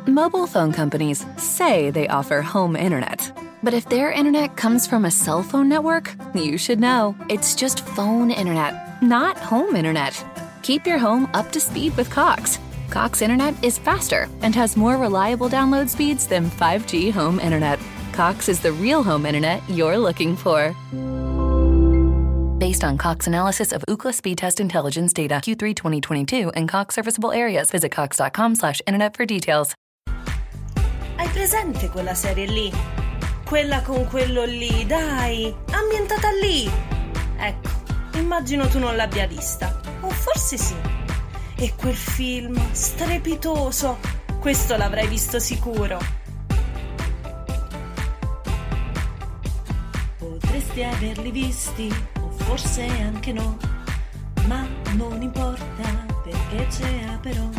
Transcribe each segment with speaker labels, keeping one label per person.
Speaker 1: Mobile phone companies say they offer home internet. But if their internet comes from a cell phone network, you should know. It's just phone internet, not home internet. Keep your home up to speed with Cox. Cox internet is faster and has more reliable download speeds than 5G home internet. Cox is the real home internet you're looking for. Based on Cox analysis of Ookla speed test intelligence data Q3 2022 and Cox serviceable areas, visit cox.com/internet for details.
Speaker 2: Hai presente quella serie lì? Quella con quello lì, dai, ambientata lì. Ecco, immagino tu non l'abbia vista, o forse sì. E quel film strepitoso, questo l'avrai visto sicuro. Potresti averli visti, o forse anche no, ma non importa perché c'è Aperol.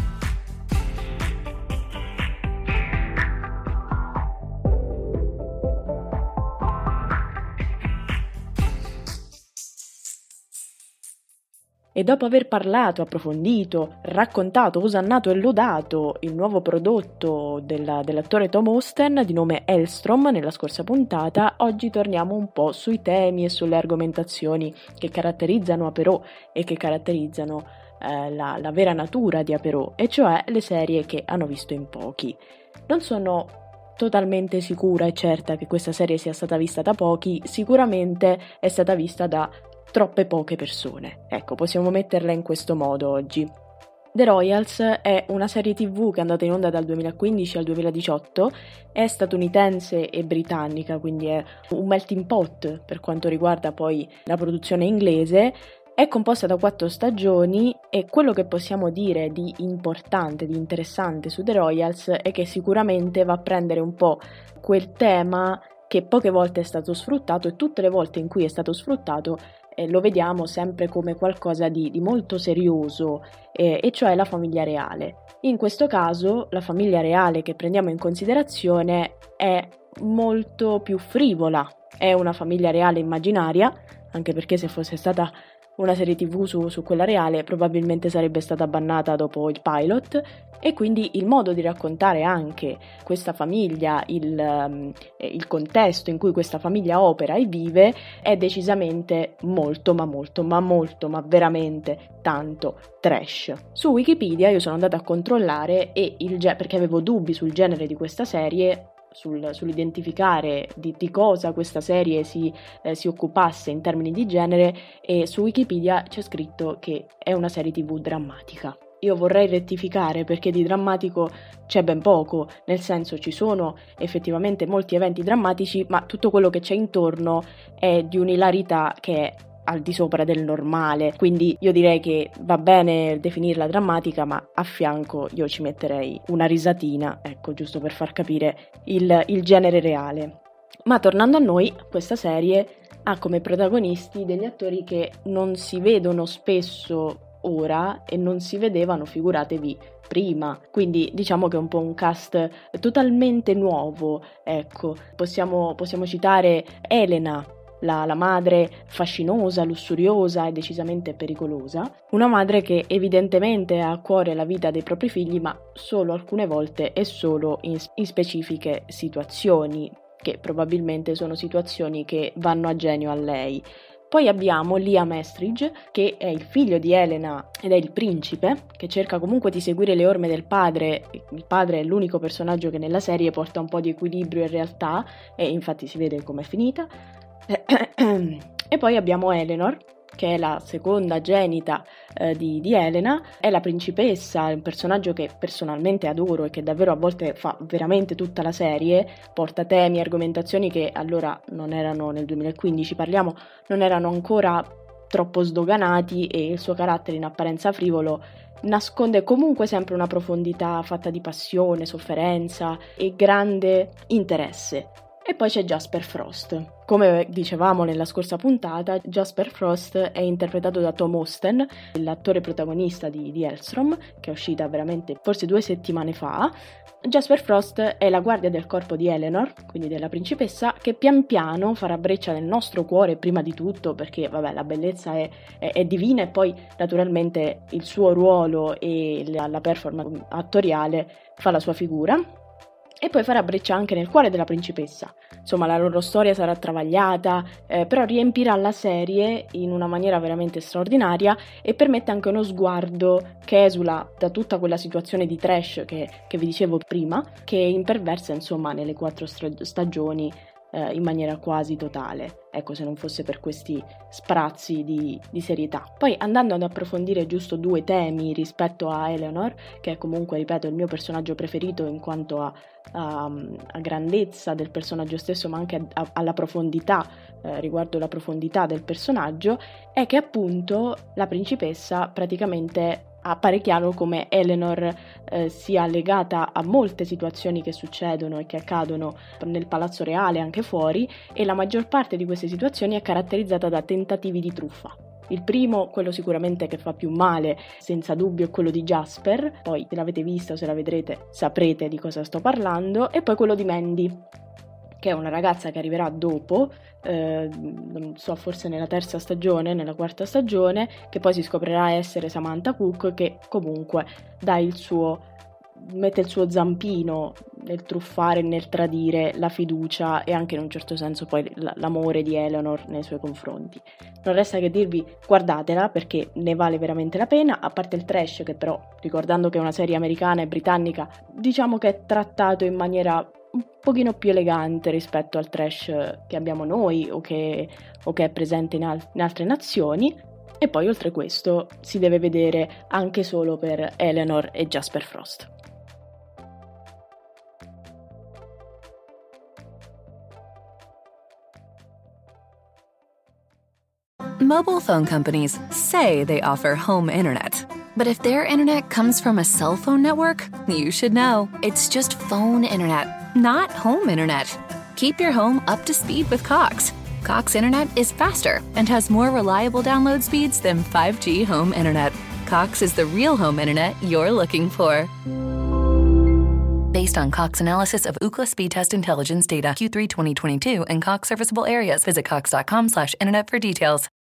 Speaker 3: E dopo aver parlato, approfondito, raccontato, osannato e lodato il nuovo prodotto dell'attore Tom Austen di nome Helstrom nella scorsa puntata, oggi torniamo un po' sui temi e sulle argomentazioni che caratterizzano Aperò e che caratterizzano la vera natura di Aperò, e cioè le serie che hanno visto in pochi. Non sono totalmente sicura e certa che questa serie sia stata vista da pochi, sicuramente è stata vista da troppe poche persone. Ecco, possiamo metterla in questo modo oggi. The Royals è una serie TV che è andata in onda dal 2015 al 2018, è statunitense e britannica, quindi è un melting pot per quanto riguarda poi la produzione inglese. È composta da 4 stagioni e quello che possiamo dire di importante, di interessante su The Royals è che sicuramente va a prendere un po' quel tema che poche volte è stato sfruttato, e tutte le volte in cui è stato sfruttato lo vediamo sempre come qualcosa di molto serioso, e cioè la famiglia reale. In questo caso la famiglia reale che prendiamo in considerazione è molto più frivola, è una famiglia reale immaginaria, anche perché se fosse stata una serie TV su quella reale probabilmente sarebbe stata bannata dopo il pilot, e quindi il modo di raccontare anche questa famiglia, il contesto in cui questa famiglia opera e vive è decisamente molto ma veramente tanto trash. Su Wikipedia io sono andata a controllare perché avevo dubbi sul genere di questa serie, sull'identificare di cosa questa serie si occupasse in termini di genere, e su Wikipedia c'è scritto che è una serie TV drammatica. Io vorrei rettificare, perché di drammatico c'è ben poco, nel senso ci sono effettivamente molti eventi drammatici, ma tutto quello che c'è intorno è di un'ilarità che è al di sopra del normale, quindi io direi che va bene definirla drammatica, ma a fianco io ci metterei una risatina, ecco, giusto per far capire il genere reale. Ma tornando a noi, questa serie ha come protagonisti degli attori che non si vedono spesso ora e non si vedevano, figuratevi, prima, quindi diciamo che è un po' un cast totalmente nuovo. Ecco, possiamo citare Elena, la madre fascinosa, lussuriosa e decisamente pericolosa, una madre che evidentemente ha a cuore la vita dei propri figli, ma solo alcune volte e solo in specifiche situazioni, che probabilmente sono situazioni che vanno a genio a lei. Poi abbiamo Liam Estridge, che è il figlio di Elena ed è il principe, che cerca comunque di seguire le orme del padre. Il padre è l'unico personaggio che nella serie porta un po' di equilibrio in realtà, e infatti si vede com'è finita. E poi abbiamo Eleanor, che è la seconda genita di Elena, è la principessa, è un personaggio che personalmente adoro e che davvero a volte fa veramente tutta la serie, porta temi e argomentazioni che allora non erano, nel 2015 parliamo, non erano ancora troppo sdoganati, e il suo carattere in apparenza frivolo nasconde comunque sempre una profondità fatta di passione, sofferenza e grande interesse. E poi c'è Jasper Frost. Come dicevamo nella scorsa puntata, Jasper Frost è interpretato da Tom Austen, l'attore protagonista di Helstrom, che è uscita veramente forse 2 settimane fa. Jasper Frost è la guardia del corpo di Eleanor, quindi della principessa, che pian piano farà breccia nel nostro cuore prima di tutto, perché vabbè, la bellezza è divina, e poi naturalmente il suo ruolo e la performance attoriale fa la sua figura e poi farà breccia anche nel cuore della principessa. Insomma, la loro storia sarà travagliata, però riempirà la serie in una maniera veramente straordinaria e permette anche uno sguardo che esula da tutta quella situazione di trash che vi dicevo prima, che imperversa insomma nelle 4 stagioni in maniera quasi totale, ecco, se non fosse per questi sprazzi di serietà. Poi, andando ad approfondire giusto 2 temi rispetto a Eleanor, che è comunque, ripeto, il mio personaggio preferito in quanto a grandezza del personaggio stesso, ma anche alla profondità, riguardo la profondità del personaggio, è che appunto la principessa praticamente appare chiaro come Eleanor sia legata a molte situazioni che succedono e che accadono nel palazzo reale, anche fuori, e la maggior parte di queste situazioni è caratterizzata da tentativi di truffa. Il primo, quello sicuramente che fa più male, senza dubbio, è quello di Jasper, poi se l'avete visto o se la vedrete saprete di cosa sto parlando, e poi quello di Mandy, che è una ragazza che arriverà dopo, non so, forse nella 3ª stagione, nella 4ª stagione, che poi si scoprirà essere Samantha Cook, che comunque mette il suo zampino nel truffare, nel tradire la fiducia e anche in un certo senso poi l'amore di Eleanor nei suoi confronti. Non resta che dirvi, guardatela perché ne vale veramente la pena, a parte il trash che però, ricordando che è una serie americana e britannica, diciamo che è trattato in maniera un pochino più elegante rispetto al trash che abbiamo noi o che è presente in altre nazioni. E poi oltre questo si deve vedere anche solo per Eleanor e Jasper Frost.
Speaker 1: Mobile phone companies say they offer home internet. But if their internet comes from a cell phone network, you should know. It's just phone internet, not home internet. Keep your home up to speed with Cox. Cox Internet is faster and has more reliable download speeds than 5G home internet. Cox is the real home internet you're looking for. Based on Cox analysis of Ookla speed test intelligence data Q3 2022 and Cox serviceable areas, visit cox.com/internet for details.